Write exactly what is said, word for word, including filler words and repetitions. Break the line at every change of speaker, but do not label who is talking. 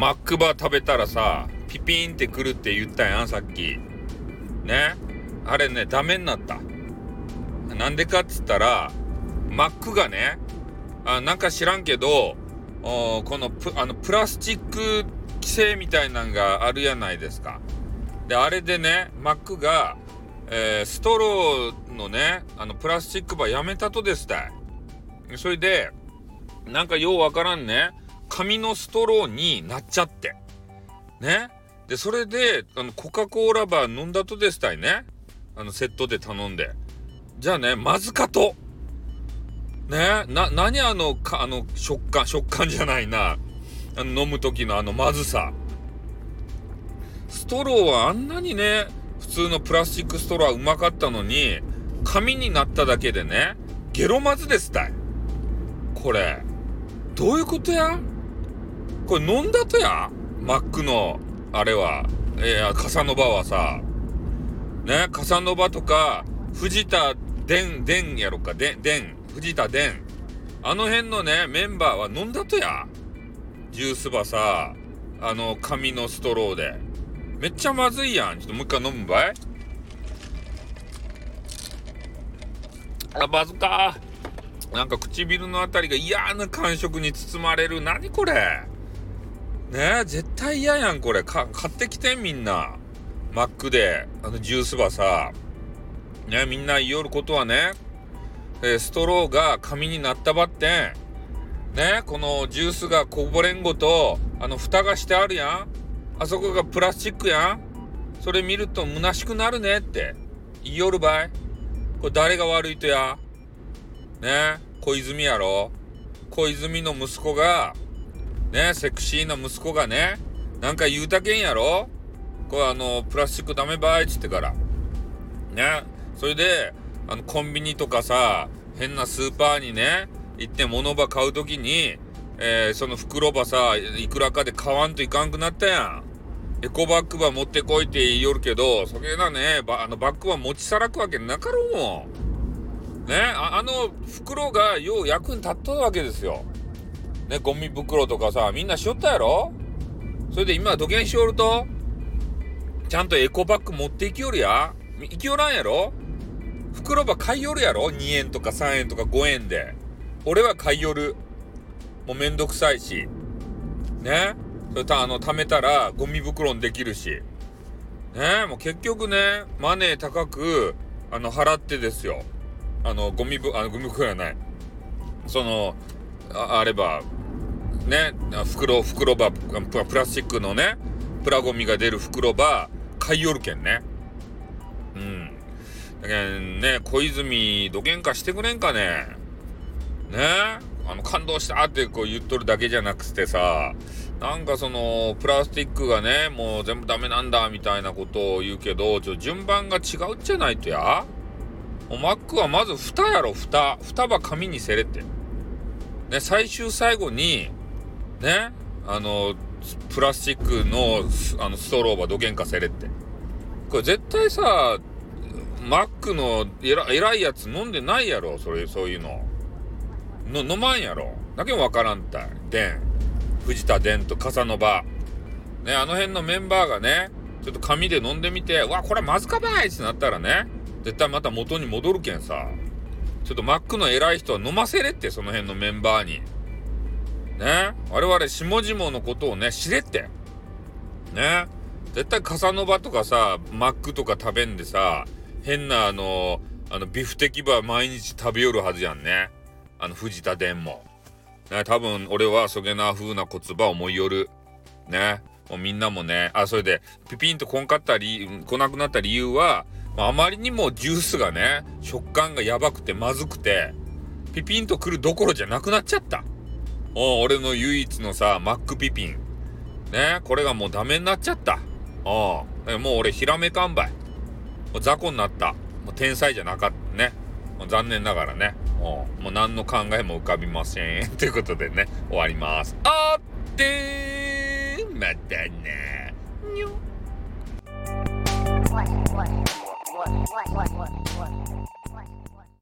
マックバー食べたらさピピーンってくるって言ったやんさっきね。あれねダメになった。なんでかっつったらマックがねあなんか知らんけどこの プ, あのプラスチック規制みたいなんがあるやないですか。であれでねマックが、えー、ストローのねあのプラスチックバーやめたとですたい。それでなんかようわからんね紙のストローになっちゃってね。でそれであのコカ・コーラバー飲んだとですたいね。あのセットで頼んでじゃあねまずかとねな何あのかあの食感食感じゃないなあの飲む時のあのまずさ。ストローはあんなにね普通のプラスチックストローはうまかったのに紙になっただけでねゲロまずですたい。これどういうことや。これ飲んだとやマックのあれは、えー、カサノバはさねカサノバとか藤田伝伝やろか伝伝藤田伝あの辺のねメンバーは飲んだとやジュースばさあの紙のストローでめっちゃまずいやん。ちょっともう一回飲むばい。あまずか。なんか唇のあたりが嫌な感触に包まれる。何これねえ絶対嫌やんこれ。か買ってきてみんなマックであのジュースばさね。みんな言いよることはね、えー、ストローが紙になったばってねこのジュースがこぼれんごとあの蓋がしてあるやん。あそこがプラスチックやん。それ見ると虚しくなるねって言いよるばい。これ誰が悪いとやね。小泉やろ。小泉の息子がねセクシーな息子がねなんか言うたけんやろ。これあのプラスチックダメばいっつってからね。それであのコンビニとかさ変なスーパーにね行って物ば買うときに、えー、その袋ばさいくらかで買わんといかんくなったやん。エコバッグば持ってこいって言いよるけどそげなねばあのバッグは持ちさらくわけなかろうもんね。あ, あの袋がよう役に立っとるわけですよね。ゴミ袋とかさみんなしよったやろ。それで今どげんしよるとちゃんとエコバッグ持っていきよるやいきよらんやろ。袋ば買いよるやろ。にえんとかさんえんとかごえんで俺は買いよる。もうめんどくさいしね。それたあの貯めたらゴミ袋にできるしね。もう結局ねマネー高くあの払ってですよあのゴミぶあのゴミ袋じゃないその あ, あればね袋袋ばプラスチックのねプラゴミが出る袋ば買いよるけんね。うんだけんね小泉どげんかしてくれんかね。ねあの感動したってこう言っとるだけじゃなくてさなんかそのプラスチックがねもう全部ダメなんだみたいなことを言うけどちょ順番が違うじゃないとや。マックはまず蓋やろ。蓋蓋ば紙にせれってね。最終最後にねあのプラスチックのあのストローばどげんかせれってこれ絶対さマックの偉い偉いやつ飲んでないやろ。それそういうのの飲まんやろ。だけもわからんたい。でん藤田伝とカサノバねあの辺のメンバーがねちょっと紙で飲んでみてうわこれまずかばいってなったらね絶対また元に戻るけんさちょっとマックの偉い人は飲ませれってその辺のメンバーにね我々下々のことをね知れってね。絶対カサノバとかさマックとか食べんでさ変なあのあのビフテキバ毎日食べよるはずやんね。あの藤田伝もね多分俺はそげな風な言葉思いよるね。もうみんなもねあそれでピピンとこんかったり来なくなった理由はあまりにもジュースがね食感がやばくてまずくてピピンとくるどころじゃなくなっちゃった。お俺の唯一のさマックピピンねこれがもうダメになっちゃった。おもう俺ひらめかんばいもう雑魚になった。もう天才じゃなかったね。もう残念ながらねもう何の考えも浮かびませんということでね終わります。あってーまたなにょ。